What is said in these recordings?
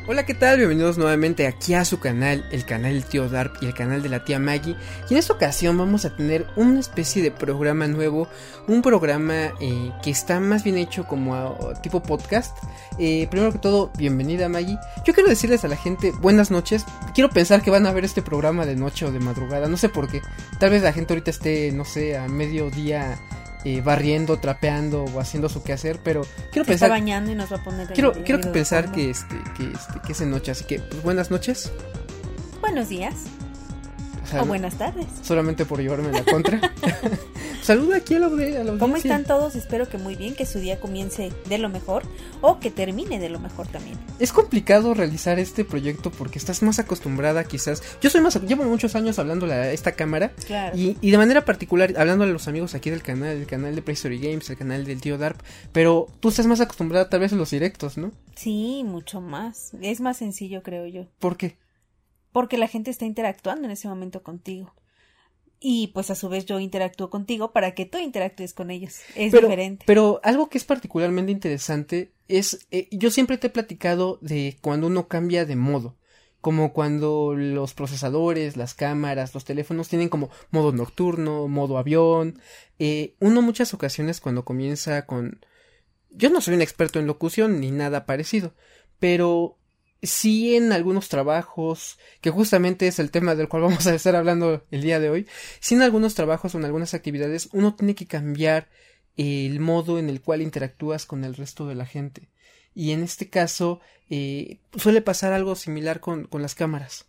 Hola, ¿qué tal? Bienvenidos nuevamente aquí a su canal, el canal del tío Darp y el canal de la tía Maggie. Y en esta ocasión vamos a tener una especie de programa nuevo, un programa que está más bien hecho como tipo podcast. Primero que todo, bienvenida Maggie. Yo quiero decirles a la gente buenas noches. Quiero pensar que van a ver este programa de noche o de madrugada, no sé por qué. Tal vez la gente ahorita esté, no sé, a mediodía barriendo, trapeando o haciendo su quehacer, pero quiero pensar, está bañando y nos va a poner quiero pensar que es de noche, así que pues, buenas noches. Buenos días. O buenas tardes. Solamente por llevarme la contra. Saluda aquí a la audiencia. ¿Cómo están todos? Espero que muy bien, que su día comience de lo mejor o que termine de lo mejor también. Es complicado realizar este proyecto porque estás más acostumbrada quizás. Llevo muchos años hablando a esta cámara. Claro. Y de manera particular hablando a los amigos aquí del canal, el canal de Prehistory Games, el canal del tío Darp. Pero tú estás más acostumbrada tal vez a los directos, ¿no? Sí, mucho más. Es más sencillo, creo yo. ¿Por qué? Porque la gente está interactuando en ese momento contigo. Y pues a su vez yo interactúo contigo para que tú interactúes con ellos. Es diferente. Pero algo que es particularmente interesante es, yo siempre te he platicado de cuando uno cambia de modo. Como cuando los procesadores, las cámaras, los teléfonos tienen como modo nocturno, modo avión. Uno muchas ocasiones cuando comienza con... Yo no soy un experto en locución ni nada parecido, pero... sí, en algunos trabajos, que justamente es el tema del cual vamos a estar hablando el día de hoy, sí, en algunos trabajos o en algunas actividades uno tiene que cambiar el modo en el cual interactúas con el resto de la gente. Y en este caso suele pasar algo similar con las cámaras.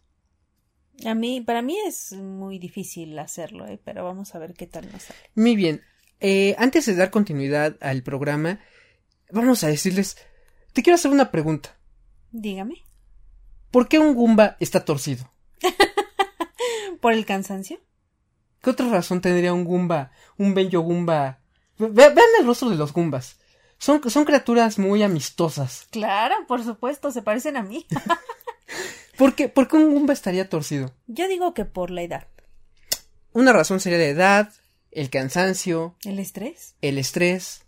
Para mí es muy difícil hacerlo, pero vamos a ver qué tal nos sale. Muy bien, antes de dar continuidad al programa, vamos a decirles, te quiero hacer una pregunta. Dígame. ¿Por qué un Goomba está torcido? ¿Por el cansancio? ¿Qué otra razón tendría un Goomba, un bello Goomba? Vean el rostro de los Goombas. Son criaturas muy amistosas. Claro, por supuesto, se parecen a mí. ¿Por qué un Goomba estaría torcido? Yo digo que por la edad. Una razón sería la edad, el cansancio. ¿El estrés? El estrés.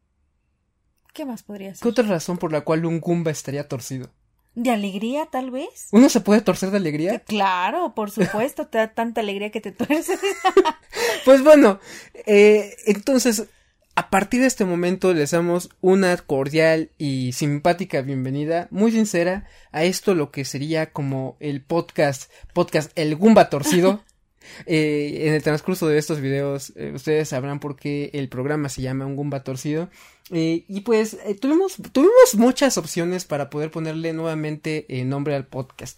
¿Qué más podría ser? ¿Qué otra razón por la cual un Goomba estaría torcido? ¿De alegría, tal vez? ¿Uno se puede torcer de alegría? Claro, por supuesto, te da tanta alegría que te tuerces. Pues bueno, entonces, a partir de este momento les damos una cordial y simpática bienvenida, muy sincera, a esto lo que sería como el podcast El Goomba Torcido. En el transcurso de estos videos ustedes sabrán por qué el programa se llama Un Goomba Torcido. Y pues tuvimos muchas opciones para poder ponerle nuevamente nombre al podcast.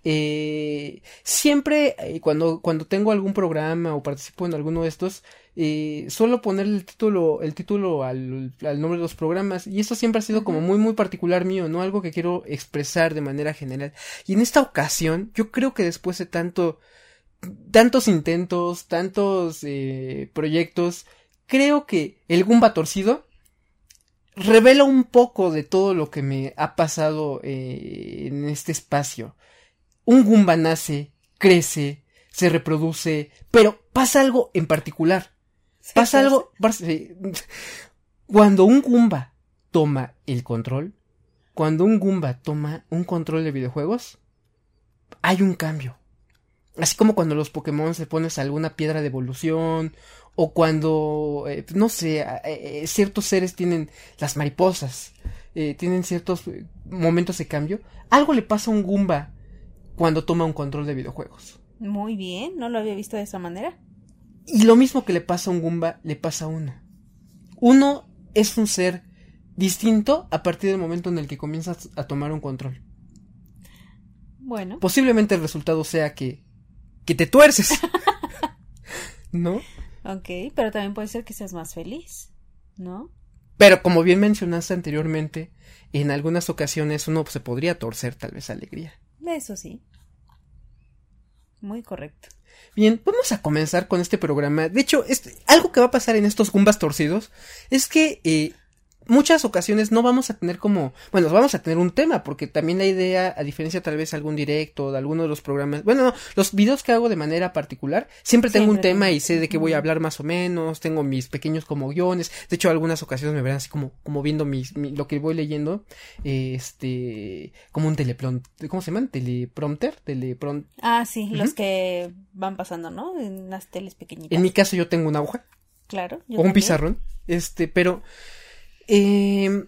Siempre cuando tengo algún programa o participo en alguno de estos, suelo ponerle el título al nombre de los programas, y esto siempre ha sido como muy muy particular mío, ¿no? Algo que quiero expresar de manera general. Y en esta ocasión, yo creo que después de tantos intentos, tantos proyectos, creo que el Goomba Torcido revela un poco de todo lo que me ha pasado en este espacio. Un Goomba nace, crece, se reproduce, pero pasa algo en particular. Pasa algo... Cuando un Goomba toma el control, cuando un Goomba toma un control de videojuegos, hay un cambio. Así como cuando los Pokémon se pones alguna piedra de evolución, o cuando, no sé, ciertos seres tienen, las mariposas, tienen ciertos momentos de cambio. Algo le pasa a un Goomba cuando toma un control de videojuegos. Muy bien, no lo había visto de esa manera. Y lo mismo que le pasa a un Goomba, le pasa a uno. Uno es un ser distinto a partir del momento en el que comienzas a tomar un control. Bueno. Posiblemente el resultado sea que te tuerces. ¿No? Ok, pero también puede ser que seas más feliz, ¿no? Pero como bien mencionaste anteriormente, en algunas ocasiones uno se podría torcer tal vez alegría. Eso sí. Muy correcto. Bien, vamos a comenzar con este programa. De hecho, algo que va a pasar en estos Goombas torcidos es que muchas ocasiones no vamos a tener vamos a tener un tema, porque también la idea, a diferencia tal vez de algún directo, de alguno de los programas, no, los videos que hago de manera particular, siempre tengo un tema y sé de qué voy a hablar más o menos, tengo mis pequeños como guiones, de hecho algunas ocasiones me verán así como viendo lo que voy leyendo, como un ¿cómo se llaman? Teleprompter. Ah, sí, los que van pasando, ¿no? En las teles pequeñitas. En mi caso yo tengo una hoja. Claro. O un pizarrón. Pero el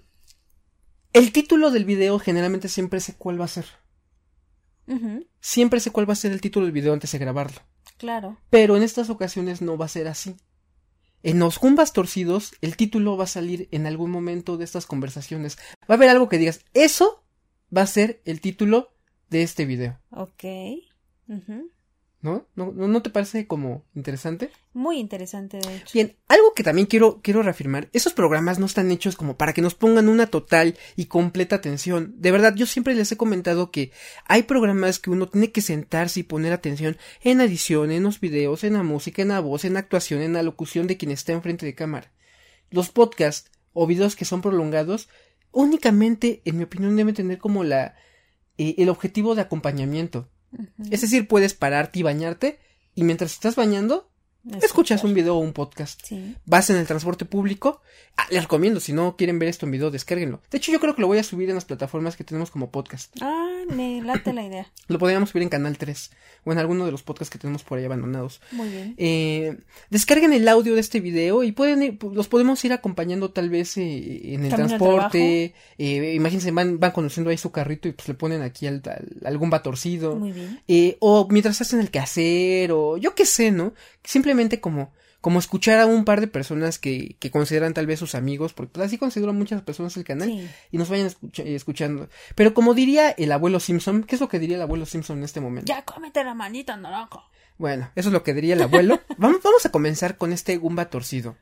título del video generalmente siempre sé cuál va a ser. Uh-huh. Siempre sé cuál va a ser el título del video antes de grabarlo. Claro. Pero en estas ocasiones no va a ser así. En los Gumbas Torcidos, el título va a salir en algún momento de estas conversaciones. Va a haber algo que digas, eso va a ser el título de este video. Ok. Uh-huh. ¿No te parece como interesante? Muy interesante, de hecho. Bien, algo que también quiero reafirmar, esos programas no están hechos como para que nos pongan una total y completa atención. De verdad, yo siempre les he comentado que hay programas que uno tiene que sentarse y poner atención en la edición, en los videos, en la música, en la voz, en la actuación, en la locución de quien está enfrente de cámara. Los podcasts o videos que son prolongados, únicamente, en mi opinión, deben tener como el objetivo de acompañamiento. Uh-huh. Es decir, puedes pararte y bañarte y mientras estás bañando escuchas un video o un podcast. Sí. Vas en el transporte público. Les recomiendo, si no quieren ver esto en video, descárguenlo. De hecho, yo creo que lo voy a subir en las plataformas que tenemos como podcast. Me late la idea. Lo podríamos subir en Canal 3 o en alguno de los podcasts que tenemos por ahí abandonados. Muy bien. Descarguen el audio de este video y los podemos ir acompañando tal vez en el transporte. Imagínense, van conduciendo ahí su carrito y pues le ponen aquí algún Torcido. Muy bien. O mientras hacen el quehacer o yo qué sé, ¿no? Simplemente como escuchar a un par de personas que consideran tal vez sus amigos, porque pues así consideran muchas personas el canal, sí. Y nos vayan escuchando. Pero como diría el abuelo Simpson, ¿qué es lo que diría el abuelo Simpson en este momento? Ya cómete la manita, naranja. Bueno, eso es lo que diría el abuelo. Vamos a comenzar con este Gumba Torcido.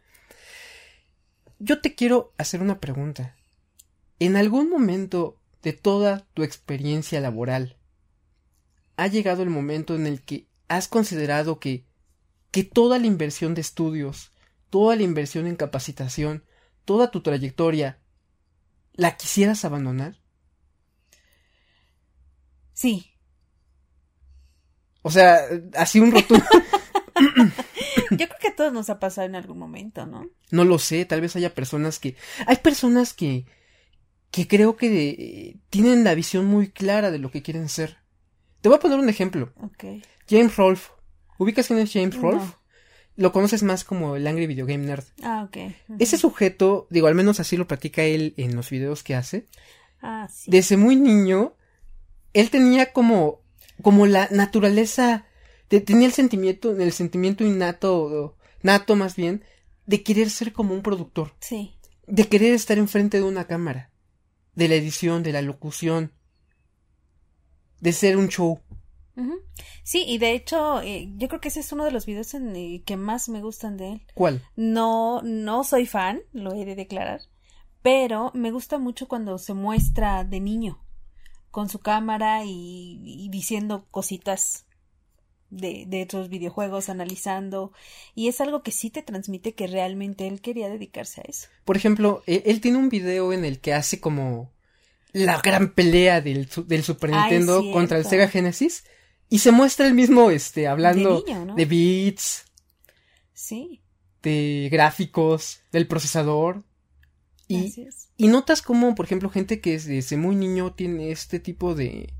Yo te quiero hacer una pregunta. ¿En algún momento de toda tu experiencia laboral ha llegado el momento en el que has considerado que toda la inversión de estudios, toda la inversión en capacitación, toda tu trayectoria, la quisieras abandonar? Sí. O sea, así un rotundo. Yo creo que a todos nos ha pasado en algún momento, ¿no? No lo sé, tal vez haya personas que creo que tienen la visión muy clara de lo que quieren ser. Te voy a poner un ejemplo. Okay. James Rolfe. ¿Ubicas quién es James Rolfe? No. Lo conoces más como el Angry Video Game Nerd. Ok. Uh-huh. Ese sujeto, al menos así lo platica él en los videos que hace. Sí. Desde muy niño, él tenía como la naturaleza, tenía el sentimiento nato más bien, de querer ser como un productor. Sí. De querer estar enfrente de una cámara. De la edición, de la locución. De ser un show. Uh-huh. Sí, y de hecho, yo creo que ese es uno de los videos que más me gustan de él. ¿Cuál? No soy fan, lo he de declarar, pero me gusta mucho cuando se muestra de niño, con su cámara y diciendo cositas de otros videojuegos, analizando, y es algo que sí te transmite que realmente él quería dedicarse a eso. Por ejemplo, él tiene un video en el que hace como la gran pelea del Super Nintendo contra el Sega Genesis. Y se muestra el mismo, hablando de niño, ¿no? De bits. Sí. De gráficos, del procesador. Y notas como, por ejemplo, gente que desde muy niño tiene este tipo de...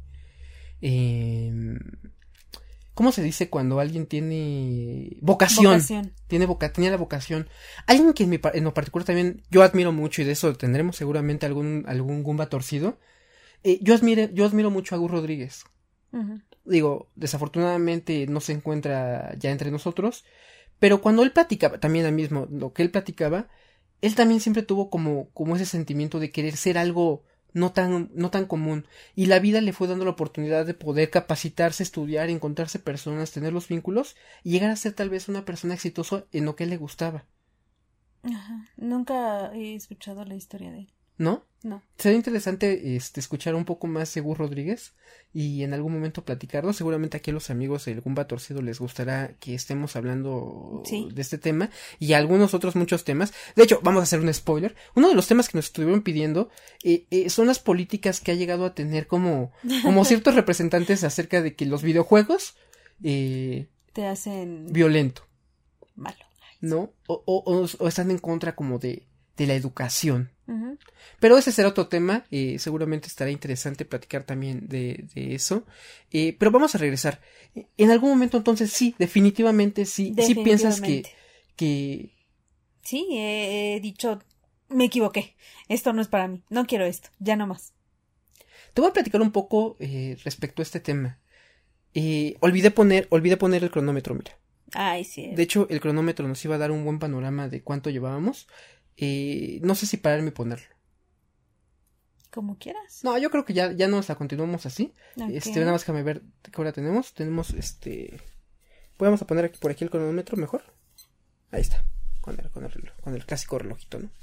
¿cómo se dice cuando alguien tiene vocación? Tenía la vocación. Alguien que en lo particular también yo admiro mucho, y de eso tendremos seguramente algún Gumba Torcido. Yo admiro mucho a Gus Rodríguez. Uh-huh. Digo, desafortunadamente no se encuentra ya entre nosotros, pero cuando él platicaba, también lo que él platicaba, él también siempre tuvo como ese sentimiento de querer ser algo no tan común, y la vida le fue dando la oportunidad de poder capacitarse, estudiar, encontrarse personas, tener los vínculos, y llegar a ser tal vez una persona exitosa en lo que él le gustaba. Ajá. Nunca he escuchado la historia de él. ¿No? No. Sería interesante escuchar un poco más de Gus Rodríguez y en algún momento platicarlo. Seguramente aquí a los amigos del Gumba Torcido les gustará que estemos hablando de este tema y algunos otros muchos temas. De hecho, vamos a hacer un spoiler. Uno de los temas que nos estuvieron pidiendo son las políticas que ha llegado a tener como ciertos representantes acerca de que los videojuegos te hacen violento. Malo. ¿No? O están en contra como de la educación. Uh-huh. Pero ese será otro tema, seguramente estará interesante platicar también de eso, pero vamos a regresar. En algún momento entonces sí, definitivamente sí piensas que... Sí, he dicho, me equivoqué, esto no es para mí, no quiero esto, ya no más. Te voy a platicar un poco respecto a este tema. Olvidé poner el cronómetro, mira. Ay, sí. De hecho, el cronómetro nos iba a dar un buen panorama de cuánto llevábamos. No sé si pararme y ponerlo. Como quieras. No, yo creo que ya nos la continuamos así. Okay. Nada más déjame ver qué hora tenemos. Vamos a poner por aquí el cronómetro mejor. Ahí está. Con el clásico relojito, ¿no?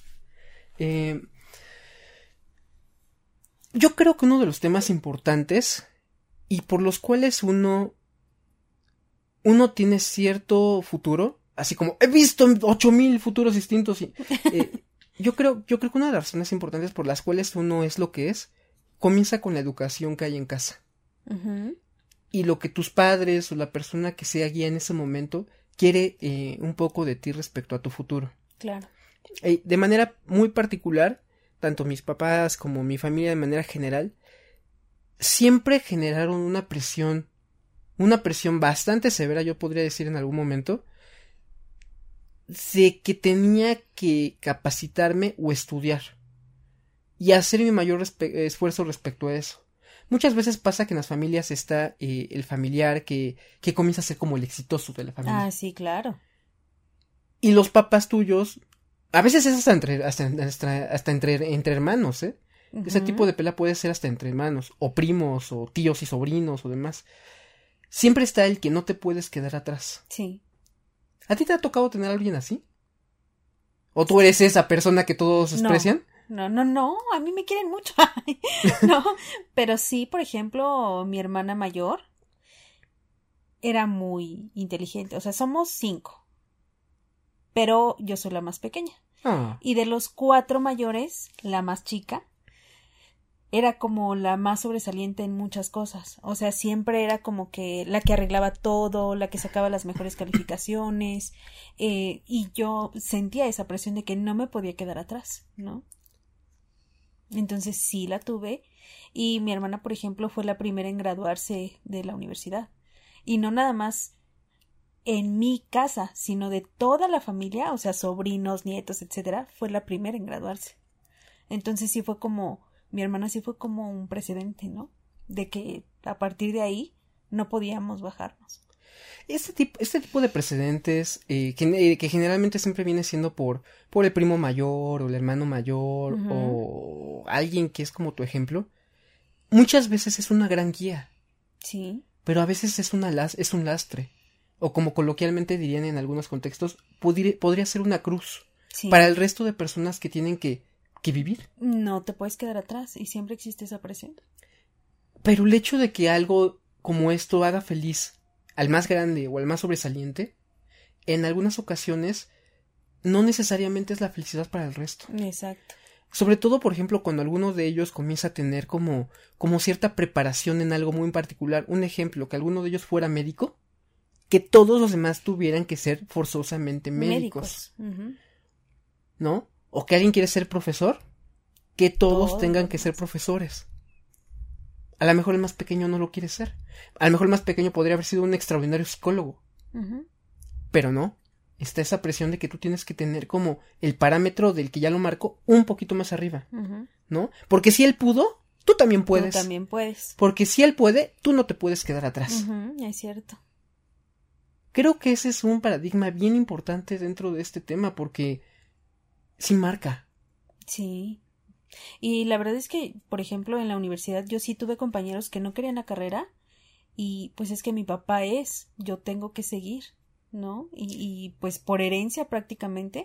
Yo creo que uno de los temas importantes y por los cuales uno tiene cierto futuro, así como he visto 8,000 futuros distintos y yo creo que una de las razones importantes por las cuales uno es lo que es comienza con la educación que hay en casa. Uh-huh. Y lo que tus padres o la persona que sea guía en ese momento quiere un poco de ti respecto a tu futuro. Claro. De manera muy particular, tanto mis papás como mi familia de manera general siempre generaron una presión bastante severa, yo podría decir en algún momento, de que tenía que capacitarme o estudiar y hacer mi mayor esfuerzo respecto a eso. Muchas veces pasa que en las familias está el familiar que comienza a ser como el exitoso de la familia. Ah, sí, claro. Y los papás tuyos, a veces es hasta entre hermanos, ¿eh? Uh-huh. Ese tipo de pelea puede ser hasta entre hermanos, o primos, o tíos y sobrinos, o demás. Siempre está el que no te puedes quedar atrás. Sí. ¿A ti te ha tocado tener a alguien así? ¿O tú eres esa persona que todos desprecian? No, a mí me quieren mucho. No, pero sí, por ejemplo, mi hermana mayor era muy inteligente. O sea, somos 5, pero yo soy la más pequeña. Ah. Y de los 4 mayores, la más chica era como la más sobresaliente en muchas cosas. O sea, siempre era como que la que arreglaba todo, la que sacaba las mejores calificaciones, y yo sentía esa presión de que no me podía quedar atrás, ¿no? Entonces sí la tuve, y mi hermana, por ejemplo, fue la primera en graduarse de la universidad. Y no nada más en mi casa, sino de toda la familia, o sea, sobrinos, nietos, etcétera, fue la primera en graduarse. Entonces sí fue como... Mi hermana sí fue como un precedente, ¿no? De que a partir de ahí no podíamos bajarnos. Este tipo de precedentes que generalmente siempre viene siendo por el primo mayor o el hermano mayor, uh-huh, o alguien que es como tu ejemplo, muchas veces es una gran guía. Sí. Pero a veces es un lastre. O como coloquialmente dirían en algunos contextos, podría ser una cruz. Sí. Para el resto de personas que tienen que vivir. No te puedes quedar atrás y siempre existe esa presión. Pero el hecho de que algo como esto haga feliz al más grande o al más sobresaliente, en algunas ocasiones no necesariamente es la felicidad para el resto. Exacto. Sobre todo, por ejemplo, cuando alguno de ellos comienza a tener como cierta preparación en algo muy en particular. Un ejemplo, que alguno de ellos fuera médico, que todos los demás tuvieran que ser forzosamente médicos. Uh-huh. ¿No? O que alguien quiere ser profesor, que todos tengan que ser profesores. A lo mejor el más pequeño no lo quiere ser. A lo mejor el más pequeño podría haber sido un extraordinario psicólogo. Uh-huh. Pero no. Está esa presión de que tú tienes que tener como el parámetro del que ya lo marcó un poquito más arriba. Uh-huh. ¿No? Porque si él pudo, tú también puedes. Tú también puedes. Porque si él puede, tú no te puedes quedar atrás. Uh-huh, es cierto. Creo que ese es un paradigma bien importante dentro de este tema porque sí marca. Sí. Y la verdad es que, por ejemplo, en la universidad yo sí tuve compañeros que no querían la carrera y pues es que mi papá yo tengo que seguir, ¿no? Y pues por herencia prácticamente,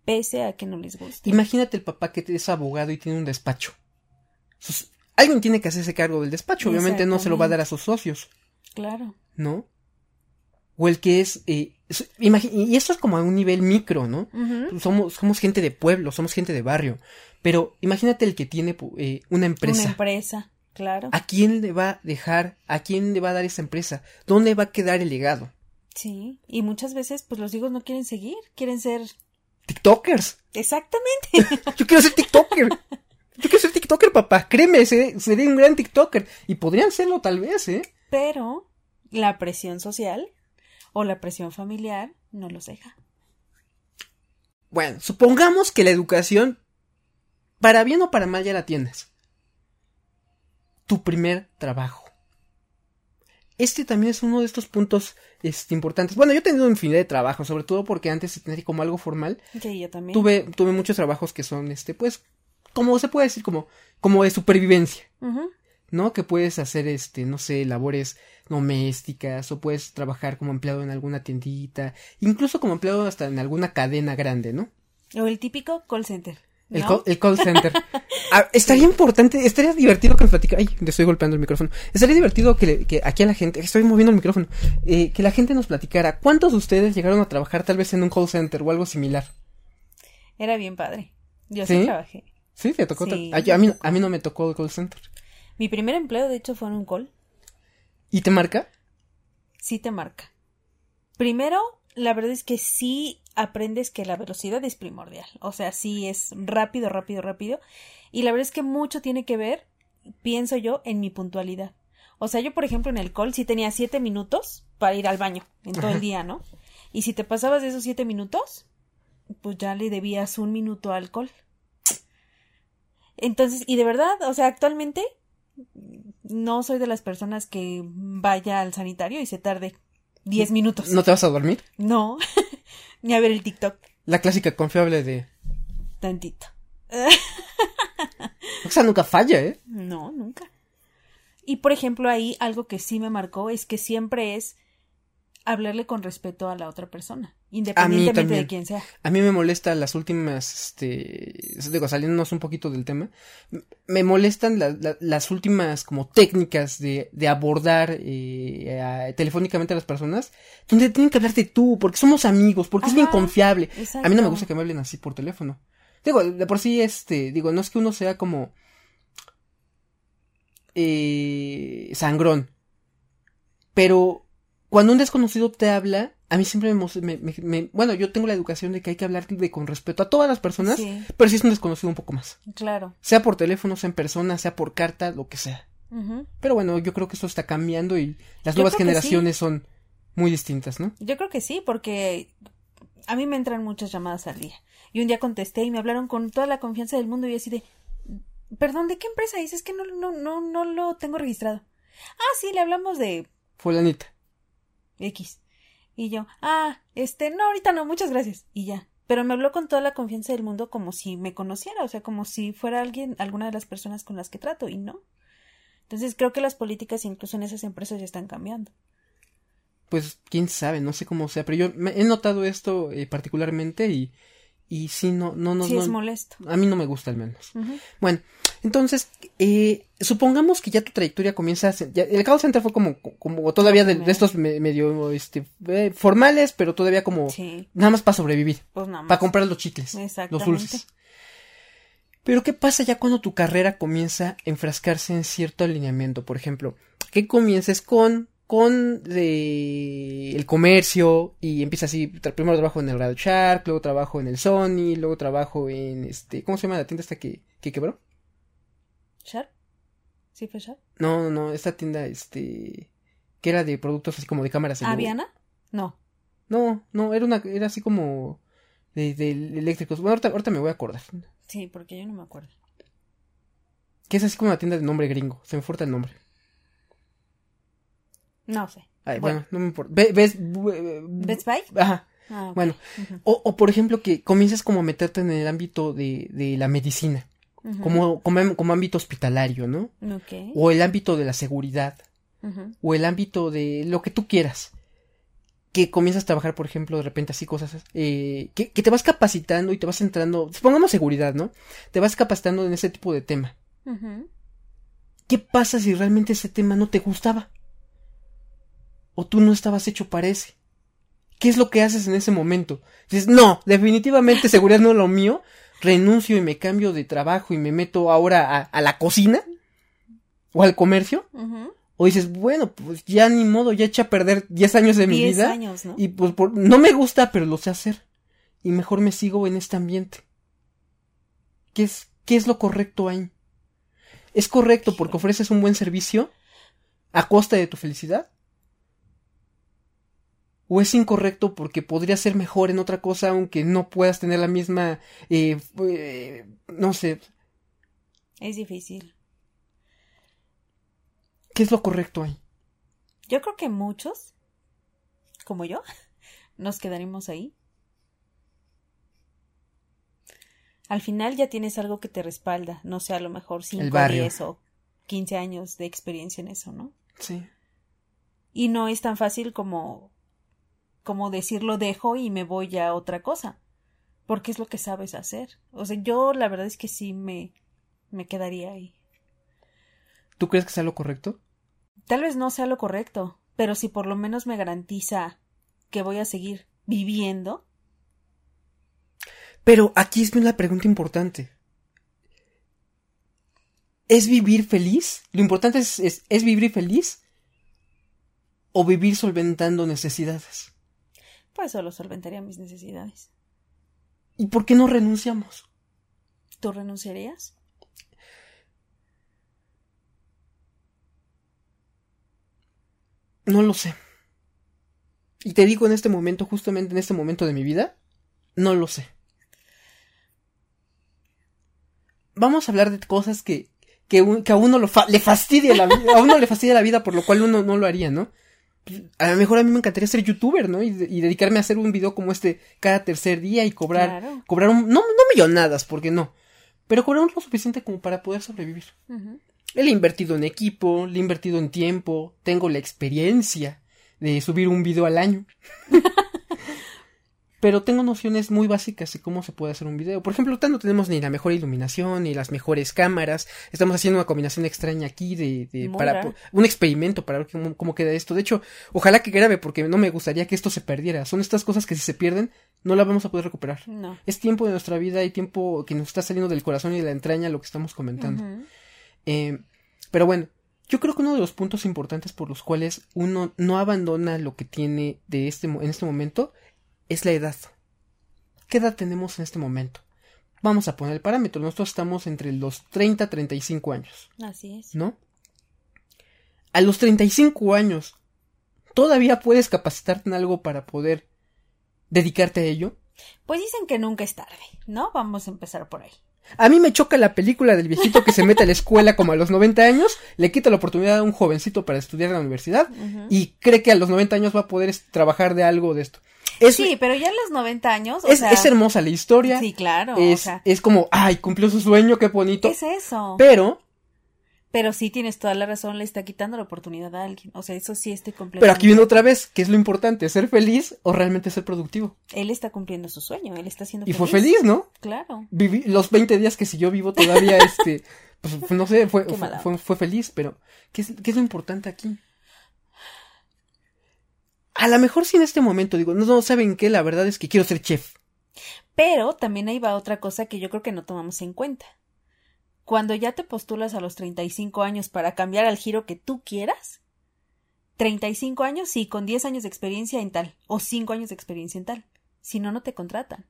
pese a que no les guste. Imagínate el papá que es abogado y tiene un despacho. Alguien tiene que hacerse cargo del despacho, obviamente no se lo va a dar a sus socios. Claro. ¿No? O el que es, y esto es como a un nivel micro, ¿no? Uh-huh. Somos gente de pueblo, somos gente de barrio, pero imagínate el que tiene una empresa. Una empresa, claro. ¿A quién le va a dejar, a quién le va a dar esa empresa? ¿Dónde va a quedar el legado? Sí, y muchas veces pues los hijos no quieren seguir, quieren ser... TikTokers. Exactamente. Yo quiero ser TikToker. Yo quiero ser TikToker, papá. Créeme, seré un gran TikToker. Y podrían serlo tal vez, ¿eh? Pero la presión social o la presión familiar no los deja. Bueno, supongamos que la educación, para bien o para mal, ya la tienes. Tu primer trabajo. Este también es uno de estos puntos importantes. Bueno, yo he tenido infinidad de trabajos, sobre todo porque antes de tener como algo formal. Sí, yo también. Tuve muchos trabajos que son, pues, como se puede decir, como de supervivencia. Uh-huh. ¿No? Que puedes hacer, no sé, labores domésticas, o puedes trabajar como empleado en alguna tiendita, incluso como empleado hasta en alguna cadena grande, ¿no? O el típico call center, ¿no? El call center. Estaría importante, estaría divertido que nos platicara. Ay, le estoy golpeando el micrófono. Estaría divertido que aquí a la gente, estoy moviendo el micrófono, que la gente nos platicara, ¿cuántos de ustedes llegaron a trabajar tal vez en un call center o algo similar? Era bien padre. Yo sí trabajé. ¿Sí? ¿Te tocó? Sí, a mí no me tocó el call center. Mi primer empleo, de hecho, fue en un call. ¿Y te marca? Sí te marca. Primero, la verdad es que sí aprendes que la velocidad es primordial. O sea, sí es rápido. Y la verdad es que mucho tiene que ver, pienso yo, en mi puntualidad. O sea, yo, por ejemplo, en el call sí tenía 7 minutos para ir al baño en todo el día, ¿no? Y si te pasabas de esos 7 minutos, pues ya le debías 1 minuto al call. Entonces, y de verdad, o sea, actualmente no soy de las personas que vaya al sanitario y se tarde 10 minutos. ¿No te vas a dormir? No, ni a ver el TikTok. La clásica confiable de... Tantito. O sea, nunca falla, ¿eh? No, nunca. Y por ejemplo, ahí algo que sí me marcó es que siempre es hablarle con respeto a la otra persona, independientemente de quién sea. A mí me molesta las últimas, saliéndonos un poquito del tema, me molestan las últimas como técnicas de abordar telefónicamente a las personas, donde tienen que hablar de tú, porque somos amigos, porque es bien confiable. Exacto. A mí no me gusta que me hablen así por teléfono. Digo, de por sí, no es que uno sea como sangrón, pero cuando un desconocido te habla, a mí siempre bueno, yo tengo la educación de que hay que hablar con respeto a todas las personas, sí. Pero si es un desconocido un poco más. Claro. Sea por teléfono, sea en persona, sea por carta, lo que sea. Uh-huh. Pero bueno, yo creo que esto está cambiando y las nuevas generaciones son muy distintas, ¿no? Yo creo que sí, porque a mí me entran muchas llamadas al día. Y un día contesté y me hablaron con toda la confianza del mundo y así de, perdón, ¿de qué empresa es? Es que no lo tengo registrado. Ah, sí, le hablamos de... Fulanita. X. Y yo, no, ahorita no, muchas gracias. Y ya. Pero me habló con toda la confianza del mundo como si me conociera, o sea, como si fuera alguna de las personas con las que trato, y no. Entonces creo que las políticas incluso en esas empresas ya están cambiando. Pues quién sabe, no sé cómo sea, pero yo he notado esto particularmente y sí, no. Sí, es molesto. A mí no me gusta al menos. Uh-huh. Bueno, entonces, supongamos que ya tu trayectoria comienza el call center fue como todavía de estos medio formales, pero todavía como nada más para sobrevivir, pues nada más. Para comprar los chicles, los dulces. Pero ¿qué pasa ya cuando tu carrera comienza a enfrascarse en cierto alineamiento? Por ejemplo, que comiences con el comercio y empieza así, primero trabajo en el Radio Shark, luego trabajo en el Sony, luego trabajo en ¿cómo se llama la tienda esta que quebró? ¿Shark? ¿Sí fue Shark? No, esta tienda que era de productos así como de cámaras. ¿Aviana? No, era así como de eléctricos. Bueno, ahorita me voy a acordar. Sí, porque yo no me acuerdo. Que es así como una tienda de nombre gringo, se me furta el nombre. No sé. Ay, bueno, no me importa. ¿Best Buy? Ajá. Okay. Bueno, uh-huh. o por ejemplo que comiences como a meterte en el ámbito de la medicina, uh-huh. como ámbito hospitalario, ¿no? Okay. O el ámbito de la seguridad, uh-huh. o el ámbito de lo que tú quieras. que comienzas a trabajar, por ejemplo, de repente así cosas, que te vas capacitando y te vas entrando, pongamos seguridad, ¿no? Te vas capacitando en ese tipo de tema. Uh-huh. ¿Qué pasa si realmente ese tema no te gustaba? O tú no estabas hecho para ese. ¿Qué es lo que haces en ese momento? Dices, no, definitivamente seguridad no es lo mío, renuncio y me cambio de trabajo y me meto ahora a la cocina o al comercio. Uh-huh. O dices, bueno, pues ya ni modo, ya eché a perder 10 años de mi 10 vida. años, ¿no? Y pues no me gusta, pero lo sé hacer. Y mejor me sigo en este ambiente. ¿Qué es lo correcto ahí? ¿Es correcto porque ofreces un buen servicio a costa de tu felicidad? ¿O es incorrecto porque podría ser mejor en otra cosa aunque no puedas tener la misma, no sé? Es difícil. ¿Qué es lo correcto ahí? Yo creo que muchos, como yo, nos quedaremos ahí. Al final ya tienes algo que te respalda, no sé, a lo mejor 5, 10 o 15 años de experiencia en eso, ¿no? Sí. Y no es tan fácil como decir lo dejo y me voy a otra cosa, porque es lo que sabes hacer. O sea, yo la verdad es que sí me quedaría ahí. ¿Tú crees que sea lo correcto? Tal vez no sea lo correcto, pero si por lo menos me garantiza que voy a seguir viviendo. Pero aquí es una pregunta importante. ¿Es vivir feliz? Lo importante es vivir feliz o vivir solventando necesidades. Pues solo solventaría mis necesidades. ¿Y por qué no renunciamos? ¿Tú renunciarías? No lo sé. Y te digo en este momento, justamente en este momento de mi vida, no lo sé. Vamos a hablar de cosas que a uno le fastidia la vida, a uno le fastidia la vida, por lo cual uno no lo haría, ¿no? A lo mejor a mí me encantaría ser youtuber, ¿no? Y dedicarme a hacer un video como este cada tercer día y cobrar no millonadas, porque no, pero cobrar lo suficiente como para poder sobrevivir. Uh-huh. Le he invertido en equipo, le he invertido en tiempo, tengo la experiencia de subir un video al año. Pero tengo nociones muy básicas de cómo se puede hacer un video. Por ejemplo, no tenemos ni la mejor iluminación, ni las mejores cámaras. Estamos haciendo una combinación extraña aquí para un experimento para ver cómo queda esto. De hecho, ojalá que grabe, porque no me gustaría que esto se perdiera. Son estas cosas que si se pierden, no las vamos a poder recuperar. No. Es tiempo de nuestra vida y tiempo que nos está saliendo del corazón y de la entraña lo que estamos comentando. Uh-huh. Pero bueno, yo creo que uno de los puntos importantes por los cuales uno no abandona lo que tiene en este momento es la edad. ¿Qué edad tenemos en este momento? Vamos a poner el parámetro. Nosotros estamos entre los 30 a 35 años. Así es. ¿No? A los 35 años, ¿todavía puedes capacitarte en algo para poder dedicarte a ello? Pues dicen que nunca es tarde, ¿no? Vamos a empezar por ahí. A mí me choca la película del viejito que se mete a la escuela como a los 90 años, le quita la oportunidad a un jovencito para estudiar en la universidad, uh-huh, y cree que a los 90 años va a poder trabajar de algo de esto. Sí, pero ya a los 90 años, es hermosa la historia. Sí, claro. Es como, ay, cumplió su sueño, qué bonito. Es eso. Pero sí tienes toda la razón, le está quitando la oportunidad a alguien. O sea, eso sí estoy completamente. Pero aquí viene otra vez, ¿qué es lo importante? ¿Ser feliz o realmente ser productivo? Él está cumpliendo su sueño, él está siendo feliz. Y fue feliz, ¿no? Claro. Viví los 20 días que si yo vivo todavía, pues no sé, fue feliz, pero ¿qué es lo importante aquí? A lo mejor sí en este momento digo, no saben qué, la verdad es que quiero ser chef. Pero también ahí va otra cosa que yo creo que no tomamos en cuenta. Cuando ya te postulas a los 35 años para cambiar al giro que tú quieras, 35 años, sí, con 10 años de experiencia en tal, o 5 años de experiencia en tal. Si no, no te contratan.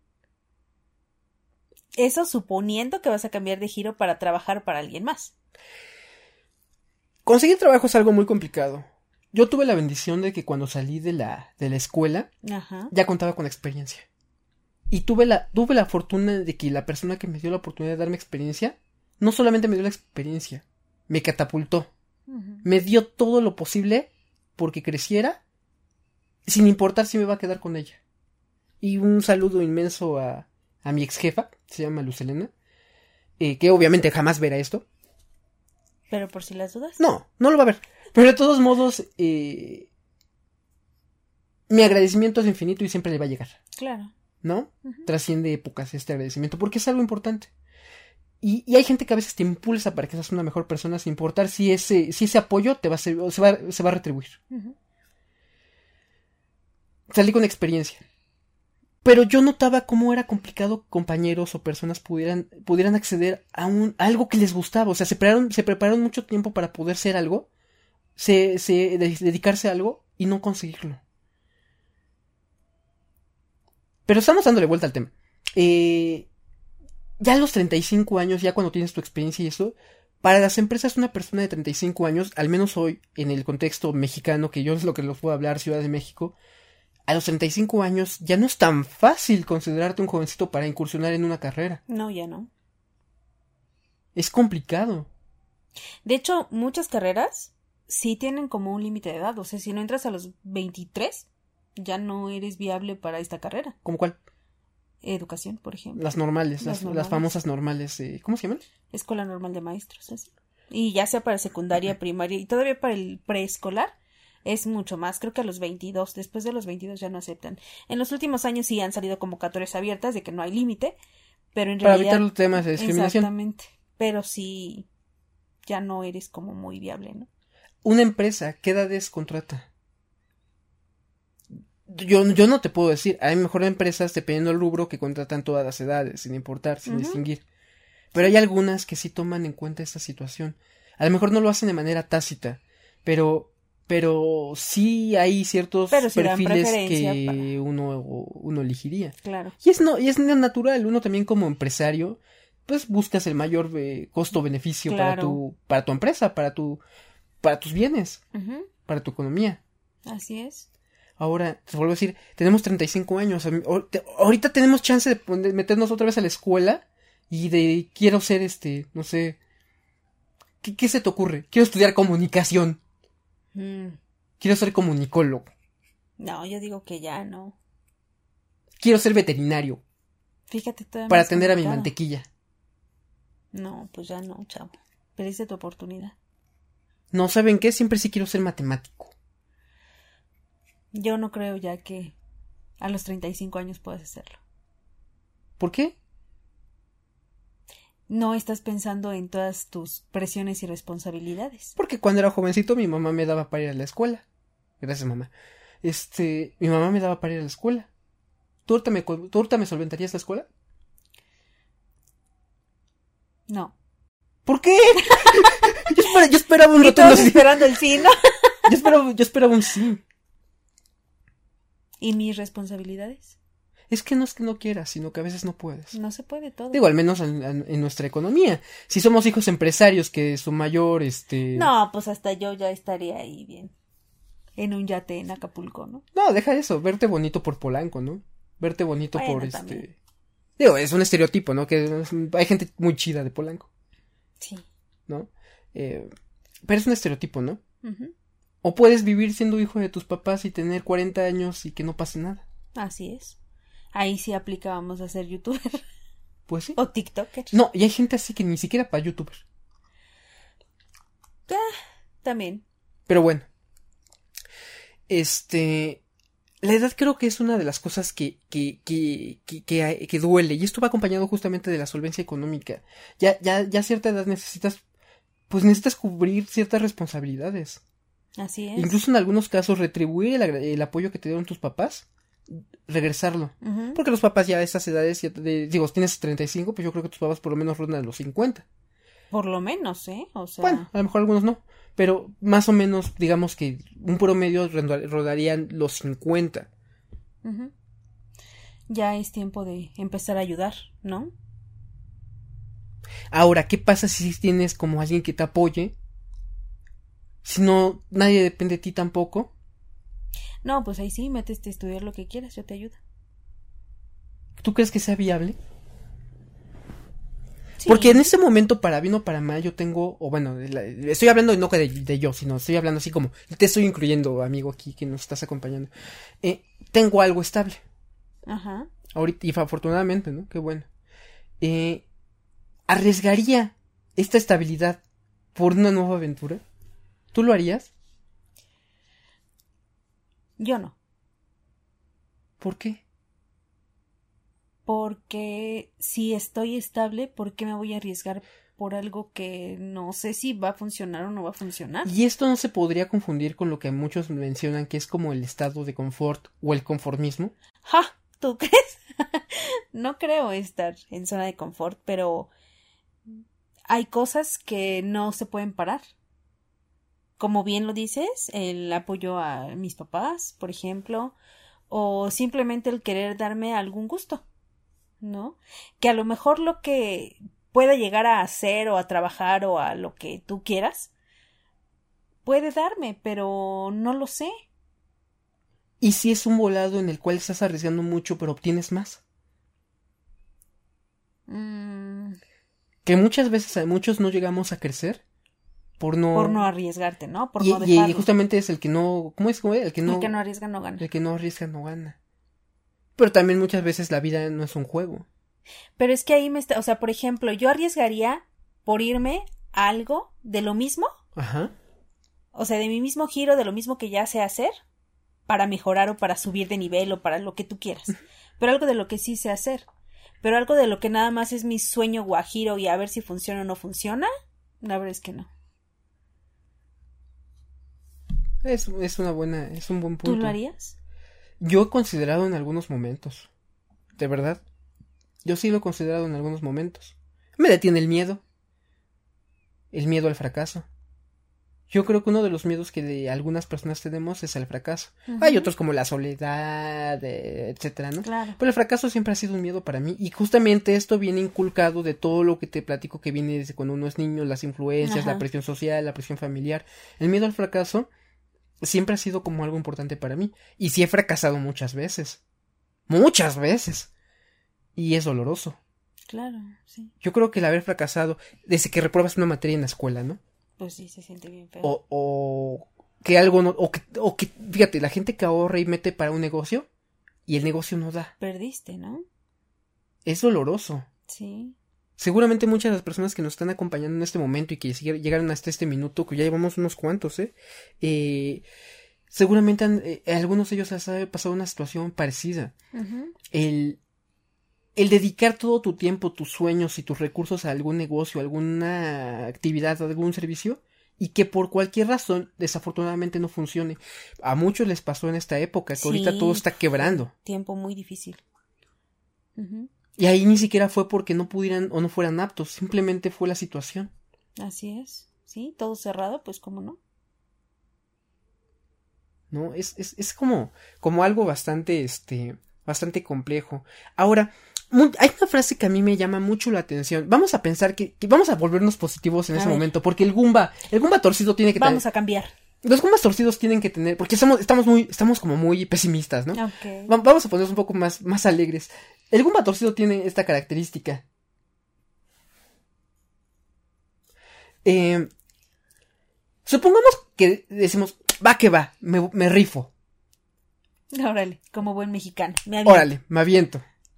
Eso suponiendo que vas a cambiar de giro para trabajar para alguien más. Conseguir trabajo es algo muy complicado. Yo tuve la bendición de que cuando salí de la escuela, ajá, ya contaba con experiencia. Y tuve la fortuna de que la persona que me dio la oportunidad de darme experiencia, no solamente me dio la experiencia, me catapultó. Uh-huh. Me dio todo lo posible porque creciera, sin importar si me iba a quedar con ella. Y un saludo inmenso a mi ex jefa, se llama Luz Helena, que obviamente jamás verá esto. ¿Pero por si las dudas? No lo va a ver. Pero de todos modos, mi agradecimiento es infinito y siempre le va a llegar. Claro. ¿No? Trasciende épocas este agradecimiento, porque es algo importante. Y hay gente que a veces te impulsa para que seas una mejor persona sin importar si ese apoyo te va a ser, se va a retribuir. Salí con experiencia. Pero yo notaba cómo era complicado que compañeros o personas pudieran acceder a algo que les gustaba. O sea, se prepararon mucho tiempo para poder ser algo, dedicarse a algo y no conseguirlo. Pero estamos dándole vuelta al tema. Ya a los 35 años, ya cuando tienes tu experiencia y eso, para las empresas una persona de 35 años, al menos hoy, en el contexto mexicano, que yo es lo que les puedo hablar, Ciudad de México, a los 35 años ya no es tan fácil considerarte un jovencito para incursionar en una carrera. No, ya no. Es complicado. De hecho, muchas carreras sí tienen como un límite de edad. O sea, si no entras a los 23, ya no eres viable para esta carrera. ¿Cómo cuál? Educación, por ejemplo. Las normales, las famosas normales. ¿Cómo se llaman? Escuela Normal de Maestros, así. Y ya sea para secundaria, primaria y todavía para el preescolar es mucho más. Creo que a los 22, después de los 22 ya no aceptan. En los últimos años sí han salido convocatorias abiertas de que no hay límite, pero en realidad... Para evitar los temas de discriminación. Exactamente. Pero sí, ya no eres como muy viable, ¿no? Una empresa, ¿qué edades contrata? Yo no te puedo decir. Hay mejor empresas, dependiendo del rubro, que contratan todas las edades, sin importar, sin distinguir. Pero hay algunas que sí toman en cuenta esta situación. A lo mejor no lo hacen de manera tácita, pero sí hay ciertos perfiles que uno elegiría. Claro. Y es natural. Uno también como empresario, pues buscas el mayor costo-beneficio claro. para tu empresa, para tus bienes, para tu economía. Así es. Ahora, te vuelvo a decir, tenemos 35 años. Ahorita tenemos chance de meternos otra vez a la escuela y de quiero ser no sé. ¿Qué se te ocurre? Quiero estudiar comunicación. Quiero ser comunicólogo. No, yo digo que ya no. Quiero ser veterinario. Fíjate todavía para atender a mi mantequilla. No, pues ya no, chavo. Perdiste tu oportunidad. No, ¿saben qué? Siempre sí quiero ser matemático. Yo no creo ya que a los 35 años puedas hacerlo. ¿Por qué? No estás pensando en todas tus presiones y responsabilidades. Porque cuando era jovencito mi mamá me daba para ir a la escuela. Gracias, mamá. Mi mamá me daba para ir a la escuela. ¿Tú ahorita me solventarías la escuela? No. ¿Por qué? yo esperaba un rato. Y todos esperando el sí, ¿no? yo esperaba un sí. ¿Y mis responsabilidades? Es que no quieras, sino que a veces no puedes. No se puede todo. Digo, al menos en nuestra economía. Si somos hijos empresarios que su mayor, No, pues hasta yo ya estaría ahí bien. En un yate en Acapulco, ¿no? No, deja eso. Verte bonito por Polanco, ¿no? Verte bonito por también. Digo, es un estereotipo, ¿no? Que hay gente muy chida de Polanco. Sí. ¿No? Pero es un estereotipo, ¿no? O puedes vivir siendo hijo de tus papás y tener 40 años y que no pase nada. Así es. Ahí sí aplicábamos a ser youtuber. Pues sí. O tiktoker. No, y hay gente así que ni siquiera para youtuber. También. Pero bueno. La edad creo que es una de las cosas que duele. Y esto va acompañado justamente de la solvencia económica. Ya a cierta edad necesitas cubrir ciertas responsabilidades. Así es. Incluso en algunos casos retribuir el apoyo que te dieron tus papás, regresarlo. Porque los papás ya a esas edades, tienes 35, pues yo creo que tus papás por lo menos rondan los 50. Por lo menos, o sea... Bueno, a lo mejor algunos no, pero más o menos digamos que un promedio rodarían los 50. Ya es tiempo de empezar a ayudar, ¿no? Ahora, ¿qué pasa si tienes como alguien que te apoye? Si no, nadie depende de ti tampoco. No, pues ahí sí, métete a estudiar lo que quieras, yo te ayudo. ¿Tú crees que sea viable? Sí. Porque en ese momento, para bien o para mal, yo tengo, estoy hablando no de yo, sino estoy hablando así como, te estoy incluyendo, amigo, aquí que nos estás acompañando. Tengo algo estable. Ajá. Ahorita, y afortunadamente, ¿no? Qué bueno. ¿Arriesgaría esta estabilidad por una nueva aventura? ¿Tú lo harías? Yo no. ¿Por qué? Porque si estoy estable, ¿por qué me voy a arriesgar por algo que no sé si va a funcionar o no va a funcionar? Y esto no se podría confundir con lo que muchos mencionan que es como el estado de confort o el conformismo. ¡Ja! ¿Tú crees? No creo estar en zona de confort, pero hay cosas que no se pueden parar. Como bien lo dices, el apoyo a mis papás, por ejemplo, o simplemente el querer darme algún gusto, ¿no? Que a lo mejor lo que pueda llegar a hacer o a trabajar o a lo que tú quieras puede darme, pero no lo sé. ¿Y si es un volado en el cual estás arriesgando mucho pero obtienes más? Que muchas veces a muchos no llegamos a crecer por no arriesgarte, ¿no? Por no dejarlo. Y justamente es el que no... ¿Cómo es? El que no arriesga no gana. El que no arriesga no gana. Pero también muchas veces la vida no es un juego. Pero es que ahí o sea, por ejemplo, yo arriesgaría por irme a algo de lo mismo. Ajá. O sea, de mi mismo giro, de lo mismo que ya sé hacer, para mejorar o para subir de nivel o para lo que tú quieras. Pero algo de lo que sí sé hacer. Pero algo de lo que nada más es mi sueño guajiro y a ver si funciona o no funciona, la verdad es que no. Es un buen punto. ¿Tú lo harías? Yo he considerado en algunos momentos. De verdad. Yo sí lo he considerado en algunos momentos. Me detiene el miedo. El miedo al fracaso. Yo creo que uno de los miedos que de algunas personas tenemos es el fracaso. Uh-huh. Hay otros como la soledad, etcétera, ¿no? Claro. Pero el fracaso siempre ha sido un miedo para mí. Y justamente esto viene inculcado de todo lo que te platico que viene desde cuando uno es niño, las influencias, ajá, la presión social, la presión familiar. El miedo al fracaso siempre ha sido como algo importante para mí. Y sí he fracasado muchas veces. Muchas veces. Y es doloroso. Claro, sí. Yo creo que el haber fracasado, desde que repruebas una materia en la escuela, ¿no? Pues sí, se siente bien feo. O que algo no, o que, fíjate, la gente que ahorra y mete para un negocio y el negocio no da. Perdiste, ¿no? Es doloroso. Sí. Seguramente muchas de las personas que nos están acompañando en este momento y que llegaron hasta este minuto, que ya llevamos unos cuantos, seguramente algunos de ellos han pasado una situación parecida. Uh-huh. El dedicar todo tu tiempo, tus sueños y tus recursos a algún negocio, alguna actividad, algún servicio, y que por cualquier razón, desafortunadamente, no funcione. A muchos les pasó en esta época, que sí, ahorita todo está quebrando. Tiempo muy difícil. Uh-huh. Y ahí ni siquiera fue porque no pudieran o no fueran aptos, simplemente fue la situación. Así es. Sí, todo cerrado, pues cómo no. No, es como algo bastante complejo. Ahora, hay una frase que a mí me llama mucho la atención. Vamos a pensar que vamos a volvernos positivos en ese momento, porque el Goomba torcido tiene que tener. Vamos a cambiar. Los Goombas torcidos tienen que tener, porque estamos como muy pesimistas, ¿no? Okay. Vamos a ponernos un poco más alegres. El Goomba torcido tiene esta característica. Supongamos que decimos, va que va, me rifo. Órale, como buen mexicano, me aviento. Órale, me aviento.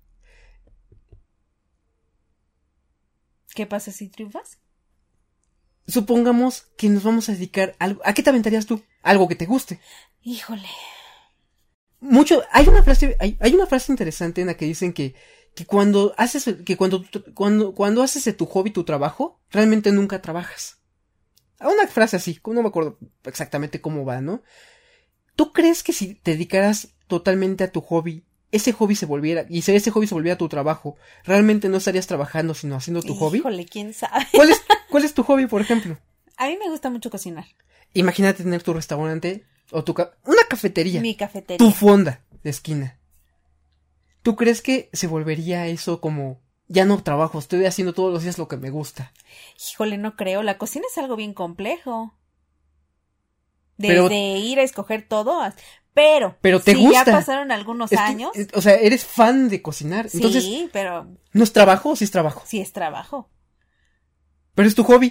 ¿Qué pasa si triunfas? Supongamos que nos vamos a dedicar a algo. ¿A qué te aventarías tú? Algo que te guste. Híjole. Hay una frase interesante en la que dicen que cuando haces de tu hobby tu trabajo, realmente nunca trabajas. Una frase así, no me acuerdo exactamente cómo va, ¿no? ¿Tú crees que si te dedicaras totalmente a tu hobby, ese hobby se volviera tu trabajo, realmente no estarías trabajando, sino haciendo tu hobby? Híjole, quién sabe. ¿Cuál es tu hobby, por ejemplo? A mí me gusta mucho cocinar. Imagínate tener tu restaurante o una cafetería. Mi cafetería. Tu fonda de esquina. ¿Tú crees que se volvería eso como, ya no trabajo, estoy haciendo todos los días lo que me gusta? Híjole, no creo. La cocina es algo bien complejo. Desde ir a escoger todo, pero te gusta. Ya pasaron algunos años. O sea, eres fan de cocinar. Sí, entonces, pero ¿no es trabajo o sí es trabajo? Sí es trabajo. Pero es tu hobby.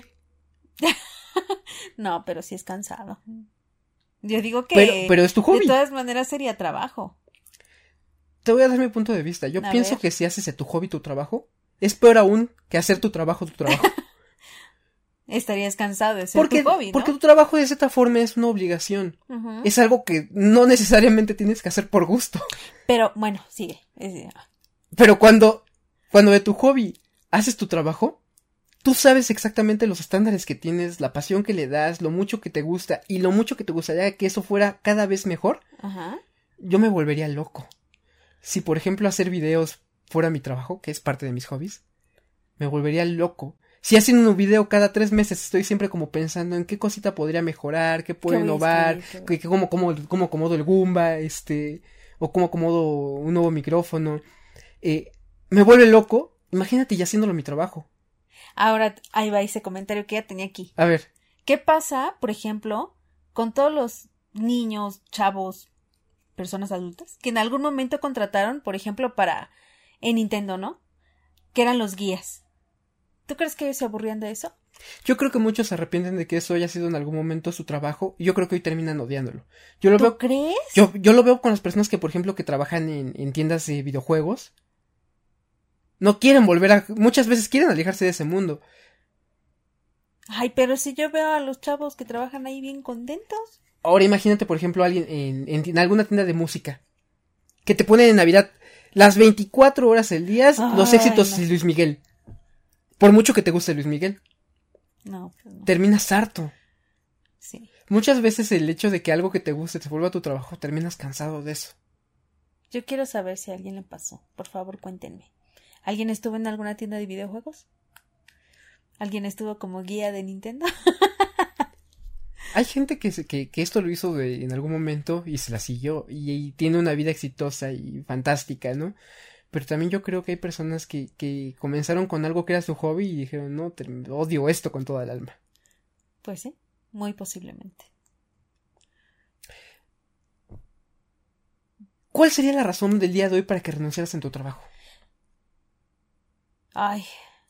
No, pero sí es cansado. Yo digo que pero es tu hobby. De todas maneras sería trabajo. Te voy a dar mi punto de vista. Yo pienso que si haces de tu hobby tu trabajo, es peor aún que hacer tu trabajo tu trabajo. estarías cansado de ser tu hobby, ¿no? Porque tu trabajo de cierta forma es una obligación. Ujú. Es algo que no necesariamente tienes que hacer por gusto. Pero, bueno, sigue. Pero cuando de tu hobby haces tu trabajo, tú sabes exactamente los estándares que tienes, la pasión que le das, lo mucho que te gusta y lo mucho que te gustaría que eso fuera cada vez mejor. Ajá. Yo me volvería loco. Si, por ejemplo, hacer videos fuera mi trabajo, que es parte de mis hobbies, me volvería loco. Si haciendo un video cada 3 meses estoy siempre como pensando en qué cosita podría mejorar, qué puedo innovar, cómo acomodo el Goomba, o cómo acomodo un nuevo micrófono. Me vuelve loco. Imagínate ya haciéndolo mi trabajo. Ahora, ahí va ese comentario que ya tenía aquí. A ver. ¿Qué pasa, por ejemplo, con todos los niños, chavos, personas adultas, que en algún momento contrataron, por ejemplo, en Nintendo, ¿no? Que eran los guías. ¿Tú crees que ellos se aburrían de eso? Yo creo que muchos se arrepienten de que eso haya sido en algún momento su trabajo, y yo creo que hoy terminan odiándolo. ¿Tú crees? Yo lo veo con las personas que, por ejemplo, que trabajan en tiendas de videojuegos. No quieren muchas veces quieren alejarse de ese mundo. Ay, pero si yo veo a los chavos que trabajan ahí bien contentos. Ahora imagínate, por ejemplo, alguien en alguna tienda de música que te ponen en Navidad las 24 horas del día los éxitos de Luis Miguel. Por mucho que te guste Luis Miguel. No, pues no. Terminas harto. Sí. Muchas veces el hecho de que algo que te guste te vuelva a tu trabajo, terminas cansado de eso. Yo quiero saber si a alguien le pasó. Por favor, cuéntenme. ¿Alguien estuvo en alguna tienda de videojuegos? ¿Alguien estuvo como guía de Nintendo? Hay gente que esto lo hizo en algún momento y se la siguió y tiene una vida exitosa y fantástica, ¿no? Pero también yo creo que hay personas que comenzaron con algo que era su hobby y dijeron, no, odio esto con toda el alma. Pues sí, muy posiblemente. ¿Cuál sería la razón del día de hoy para que renunciaras en tu trabajo? Ay.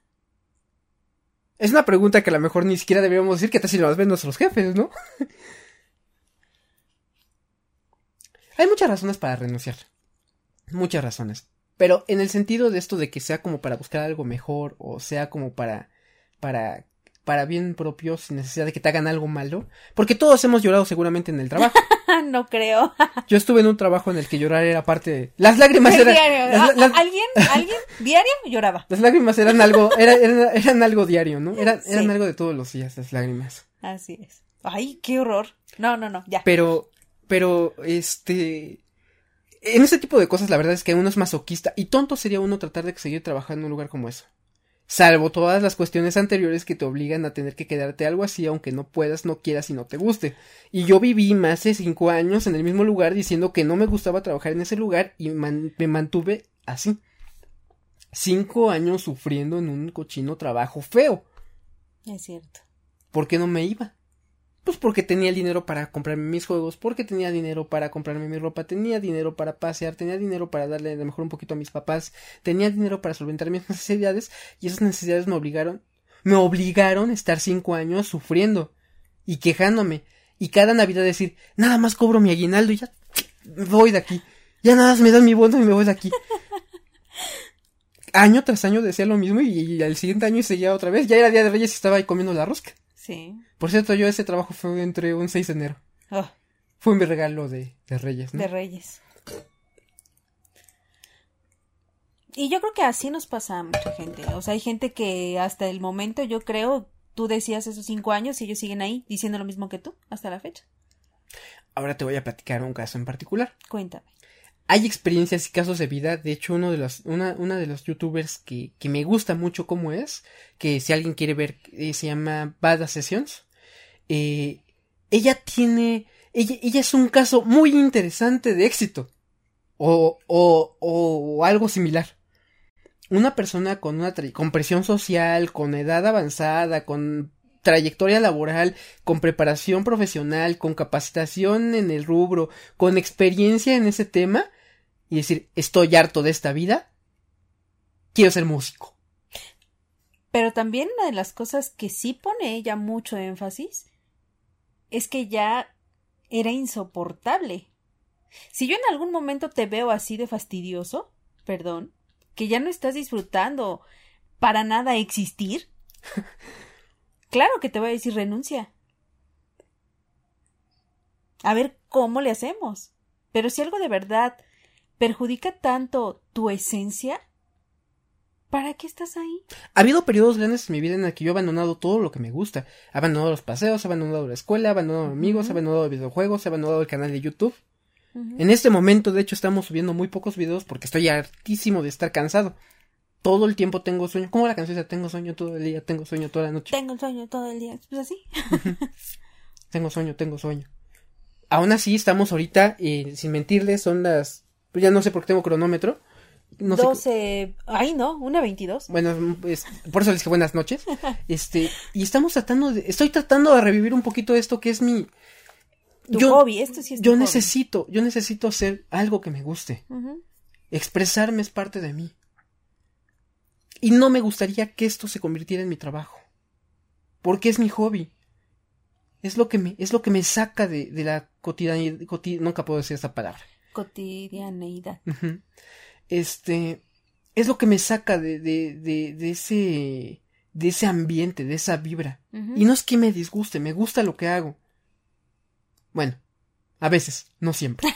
Es una pregunta que a lo mejor ni siquiera deberíamos decir, que tal si nos ven nuestros jefes, ¿no? Hay muchas razones para renunciar. Muchas razones. Pero en el sentido de esto de que sea como para buscar algo mejor, o sea como para bien propio, sin necesidad de que te hagan algo malo. Porque todos hemos llorado seguramente en el trabajo. No creo. Yo estuve en un trabajo en el que llorar era parte de... Las lágrimas eran... ¿Alguien diario lloraba? Las lágrimas eran algo... Eran algo diario, ¿no? Eran algo de todos los días, las lágrimas. Así es. Ay, qué horror. No, ya. Pero, en ese tipo de cosas la verdad es que uno es masoquista. Y tonto sería uno tratar de seguir trabajando en un lugar como eso. Salvo todas las cuestiones anteriores que te obligan a tener que quedarte algo así, aunque no puedas, no quieras y no te guste. Y yo viví más de 5 años en el mismo lugar diciendo que no me gustaba trabajar en ese lugar y me mantuve así. 5 años sufriendo en un cochino trabajo feo. Es cierto. ¿Por qué no me iba? Pues porque tenía el dinero para comprarme mis juegos, porque tenía dinero para comprarme mi ropa, tenía dinero para pasear, tenía dinero para darle a lo mejor un poquito a mis papás, tenía dinero para solventar mis necesidades, y esas necesidades me obligaron a estar 5 años sufriendo y quejándome, y cada Navidad decir, nada más cobro mi aguinaldo y ya me voy de aquí, ya nada más me dan mi bono y me voy de aquí. Año tras año decía lo mismo y al siguiente año seguía otra vez, ya era Día de Reyes y estaba ahí comiendo la rosca. Sí. Por cierto, yo ese trabajo fue entre un 6 de enero. Oh. Fue mi regalo de Reyes, ¿no? De Reyes. Y yo creo que así nos pasa a mucha gente. O sea, hay gente que hasta el momento, yo creo, tú decías esos 5 años y ellos siguen ahí diciendo lo mismo que tú hasta la fecha. Ahora te voy a platicar un caso en particular. Cuéntame. Hay experiencias y casos de vida. De hecho, una de los youtubers que me gusta mucho cómo es, que si alguien quiere ver, se llama Bada Sessions. Ella es un caso muy interesante de éxito. O algo similar. Una persona con presión social, con edad avanzada, con trayectoria laboral, con preparación profesional, con capacitación en el rubro, con experiencia en ese tema, y decir, estoy harto de esta vida, quiero ser músico. Pero también una de las cosas que sí pone ella mucho énfasis es que ya era insoportable. Si yo en algún momento te veo así de fastidioso, perdón, que ya no estás disfrutando para nada existir, claro que te voy a decir renuncia. A ver cómo le hacemos. Pero si algo de verdad perjudica tanto tu esencia, ¿para qué estás ahí? Ha habido periodos grandes en mi vida en el que yo he abandonado todo lo que me gusta. He abandonado los paseos, he abandonado la escuela, he abandonado amigos, he abandonado videojuegos, he abandonado el canal de YouTube. En este momento, de hecho, estamos subiendo muy pocos videos porque estoy hartísimo de estar cansado. Todo el tiempo tengo sueño. ¿Cómo la canción dice? Tengo sueño todo el día, tengo sueño toda la noche. Tengo sueño todo el día. Pues así. Tengo sueño. Aún así, estamos ahorita, sin mentirles, son las... Pues ya no sé por qué tengo cronómetro. No 12... sé... Ay, no, 1:22. Bueno, por eso les dije buenas noches. Y estamos estoy tratando de revivir un poquito esto que es mi... Tu hobby, esto sí es tu yo hobby. necesito hacer algo que me guste. Expresarme es parte de mí. Y no me gustaría que esto se convirtiera en mi trabajo. Porque es mi hobby. Es lo que me saca de la cotidianidad. Nunca puedo decir esa palabra. Cotidianeidad. Es lo que me saca de ese ambiente, de esa vibra. Y no es que me disguste, me gusta lo que hago. Bueno, a veces, no siempre.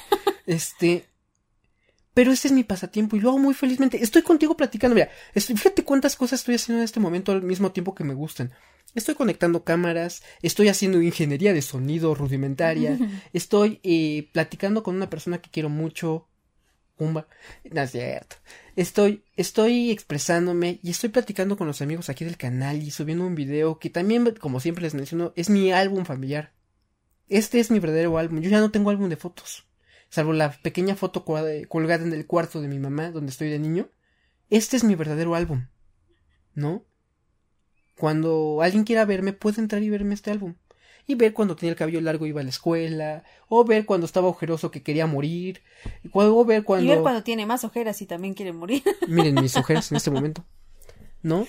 Pero este es mi pasatiempo y lo hago muy felizmente. Estoy contigo platicando, mira, fíjate cuántas cosas estoy haciendo en este momento al mismo tiempo que me gustan. Estoy conectando cámaras, estoy haciendo ingeniería de sonido rudimentaria, estoy platicando con una persona que quiero mucho. No es cierto. Estoy expresándome y estoy platicando con los amigos aquí del canal y subiendo un video que también, como siempre les menciono, es mi álbum familiar. Este es mi verdadero álbum. Yo ya no tengo álbum de fotos. Salvo la pequeña foto colgada en el cuarto de mi mamá, donde estoy de niño. Este es mi verdadero álbum. ¿No? Cuando alguien quiera verme, puede entrar y verme este álbum. Y ver cuando tenía el cabello largo y iba a la escuela. O ver cuando estaba ojeroso que quería morir. O ver cuando... Y ver cuando tiene más ojeras y también quiere morir. Miren mis ojeras en este momento. ¿No?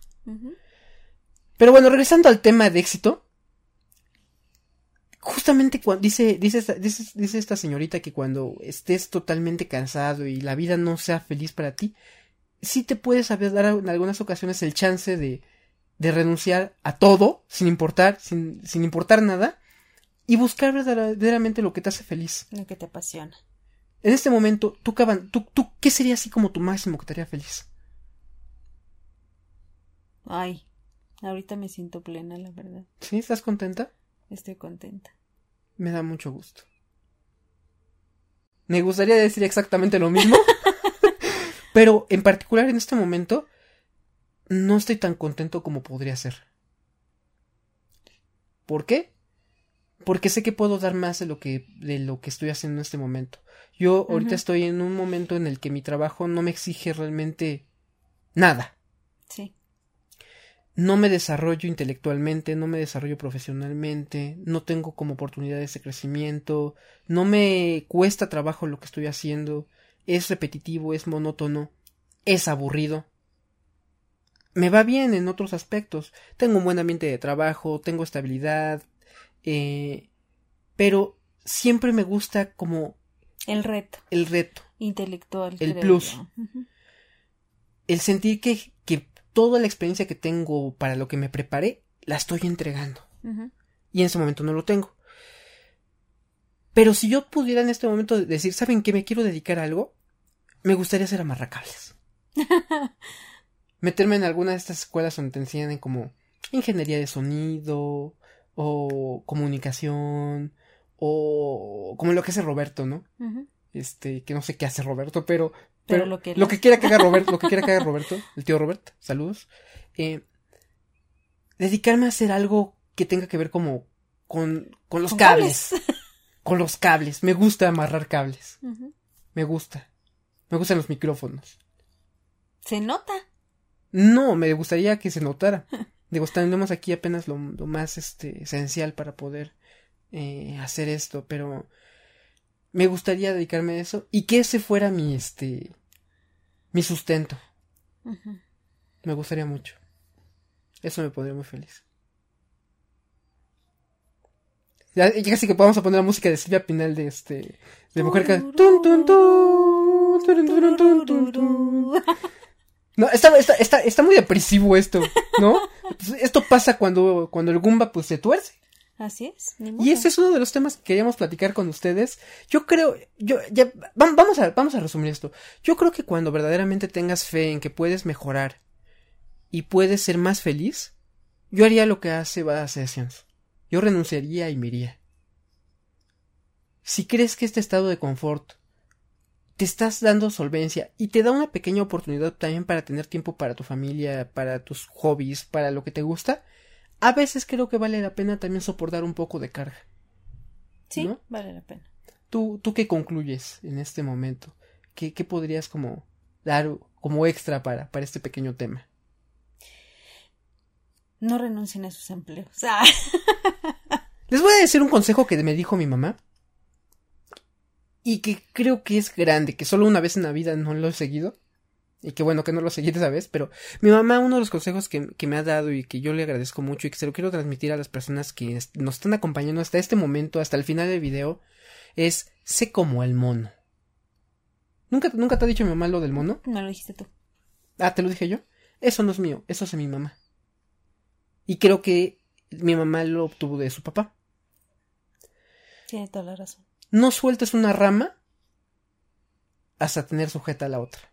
Pero bueno, regresando al tema de éxito. Justamente cuando dice esta señorita que cuando estés totalmente cansado y la vida no sea feliz para ti, sí te puedes dar en algunas ocasiones el chance de renunciar a todo, sin importar nada, y buscar verdaderamente lo que te hace feliz. Lo que te apasiona. En este momento, tú ¿qué sería así como tu máximo que te haría feliz? Ay, ahorita me siento plena, la verdad. ¿Sí? ¿Estás contenta? Estoy contenta. Me da mucho gusto. Me gustaría decir exactamente lo mismo. Pero en particular en este momento no estoy tan contento como podría ser. ¿Por qué? Porque sé que puedo dar más de lo que estoy haciendo en este momento. Yo ahorita estoy en un momento en el que mi trabajo no me exige realmente nada. Sí. No me desarrollo intelectualmente, no me desarrollo profesionalmente, no tengo como oportunidades de crecimiento, no me cuesta trabajo lo que estoy haciendo, es repetitivo, es monótono, es aburrido. Me va bien en otros aspectos, tengo un buen ambiente de trabajo, tengo estabilidad, pero siempre me gusta como... El reto. Intelectual. El plus. El sentir que toda la experiencia que tengo para lo que me preparé, la estoy entregando. Y en ese momento no lo tengo. Pero si yo pudiera en este momento decir, ¿saben qué? Me quiero dedicar a algo, me gustaría hacer amarracables. Meterme en alguna de estas escuelas donde te enseñan como ingeniería de sonido, o comunicación, o como lo que hace Roberto, ¿no? Que no sé qué hace Roberto, pero lo que quiera que haga Roberto, el tío Robert, saludos. Dedicarme a hacer algo que tenga que ver como con los cables. Con los cables. Me gusta amarrar cables. Me gustan los micrófonos. ¿Se nota? No, me gustaría que se notara. Digo, tenemos aquí apenas lo más esencial para poder hacer esto, pero me gustaría dedicarme a eso y que ese fuera mi sustento. Me gustaría mucho. Eso me pondría muy feliz. Ya casi que vamos a poner la música de Silvia Pinal de Mujer que... No, está muy depresivo esto, ¿no? Pues esto pasa cuando el Goomba pues se tuerce. Así es. Y ese es uno de los temas que queríamos platicar con ustedes. Yo creo, vamos a resumir esto. Yo creo que cuando verdaderamente tengas fe en que puedes mejorar y puedes ser más feliz, yo haría lo que hace Bad Sessions. Yo renunciaría y me iría. Si crees que este estado de confort te estás dando solvencia y te da una pequeña oportunidad también para tener tiempo para tu familia, para tus hobbies, para lo que te gusta, a veces creo que vale la pena también soportar un poco de carga. Sí, ¿no? vale la pena. ¿Tú qué concluyes en este momento? ¿Qué podrías como dar como extra para este pequeño tema? No renuncien a sus empleos. Les voy a decir un consejo que me dijo mi mamá y que creo que es grande, que solo una vez en la vida no lo he seguido. Y que bueno que no lo seguí esa vez, pero mi mamá, uno de los consejos que me ha dado y que yo le agradezco mucho y que se lo quiero transmitir a las personas que nos están acompañando hasta este momento, hasta el final del video, es: sé como el mono. ¿Nunca te ha dicho mi mamá lo del mono? Me lo dijiste tú. Ah, ¿te lo dije yo? Eso no es mío, eso es de mi mamá. Y creo que mi mamá lo obtuvo de su papá. Tiene toda la razón. No sueltes una rama hasta tener sujeta a la otra.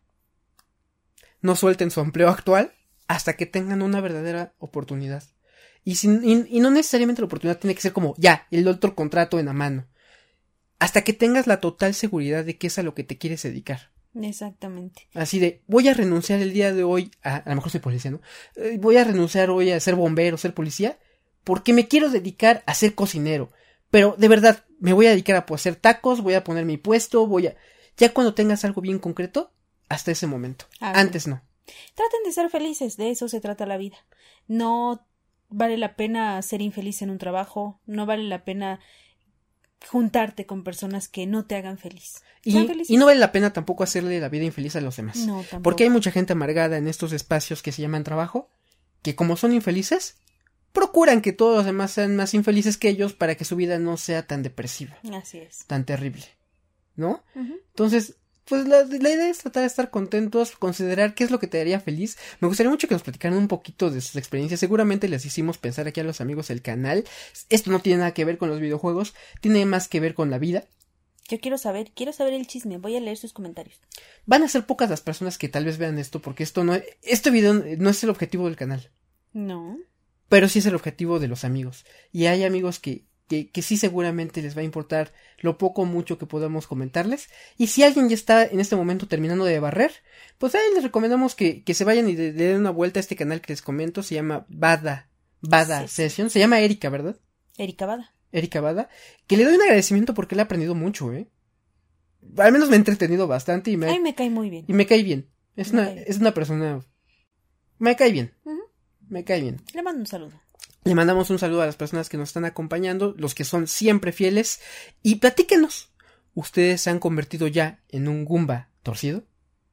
No suelten su empleo actual hasta que tengan una verdadera oportunidad. Y no necesariamente la oportunidad tiene que ser como ya, el otro contrato en la mano. Hasta que tengas la total seguridad de que es a lo que te quieres dedicar. Exactamente. Así de, voy a renunciar el día de hoy a lo mejor soy policía, ¿no? Voy a renunciar hoy a ser bombero, ser policía, porque me quiero dedicar a ser cocinero. Pero de verdad, me voy a dedicar a hacer tacos, voy a poner mi puesto, ya cuando tengas algo bien concreto, hasta ese momento. Antes no. Traten de ser felices, de eso se trata la vida. No vale la pena ser infeliz en un trabajo, no vale la pena juntarte con personas que no te hagan feliz. Y no vale la pena tampoco hacerle la vida infeliz a los demás. No, tampoco. Porque hay mucha gente amargada en estos espacios que se llaman trabajo, que como son infelices, procuran que todos los demás sean más infelices que ellos para que su vida no sea tan depresiva. Así es. Tan terrible, ¿no? Uh-huh. Entonces, pues la idea es tratar de estar contentos, considerar qué es lo que te haría feliz. Me gustaría mucho que nos platicaran un poquito de sus experiencias. Seguramente les hicimos pensar aquí a los amigos del canal. Esto no tiene nada que ver con los videojuegos, tiene más que ver con la vida. Yo quiero saber el chisme, voy a leer sus comentarios. Van a ser pocas las personas que tal vez vean esto, porque este video no es el objetivo del canal. No. Pero sí es el objetivo de los amigos. Y hay amigos que sí seguramente les va a importar lo poco o mucho que podamos comentarles. Y si alguien ya está en este momento terminando de barrer, pues ahí les recomendamos que se vayan y le den una vuelta a este canal que les comento. Se llama Bada Session. Se llama Erika, ¿verdad? Erika Bada. Que le doy un agradecimiento porque le he aprendido mucho, Al menos me he entretenido bastante y Ay, me cae muy bien. Y me cae bien. Es una persona... Me cae bien. Uh-huh. Me cae bien. Le mando un saludo. Le mandamos un saludo a las personas que nos están acompañando, los que son siempre fieles, y platíquenos. ¿Ustedes se han convertido ya en un Goomba torcido?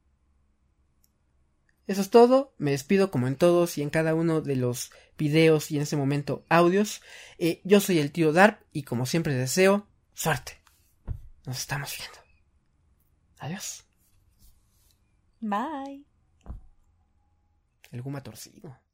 Eso es todo. Me despido como en todos y en cada uno de los videos y en ese momento audios. Yo soy el tío Darp y como siempre deseo suerte. Nos estamos viendo. Adiós. Bye. El Goomba torcido.